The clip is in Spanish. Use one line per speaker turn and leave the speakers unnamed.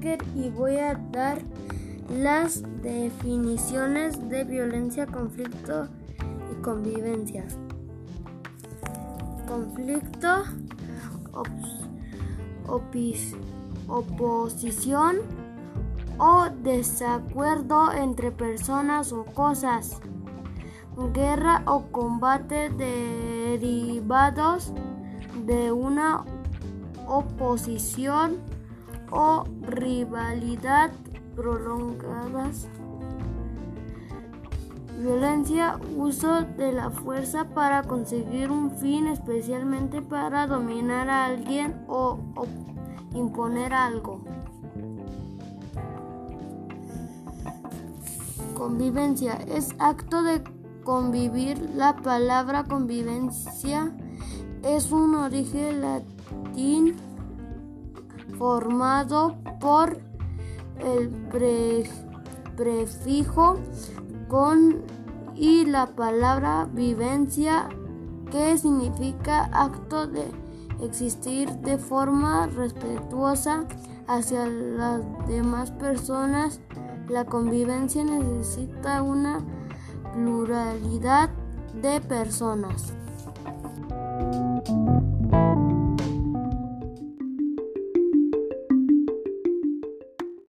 Parker y voy a dar las definiciones de violencia, conflicto y convivencia. Conflicto, oposición o desacuerdo entre personas o cosas. Guerra o combate derivados de una oposición o rivalidad prolongadas. Violencia, uso de la fuerza para conseguir un fin, especialmente para dominar a alguien o imponer algo. Convivencia es acto de convivir. La palabra convivencia es un origen latín formado por el prefijo con y la palabra vivencia, que significa acto de existir de forma respetuosa hacia las demás personas. La convivencia necesita una pluralidad de personas.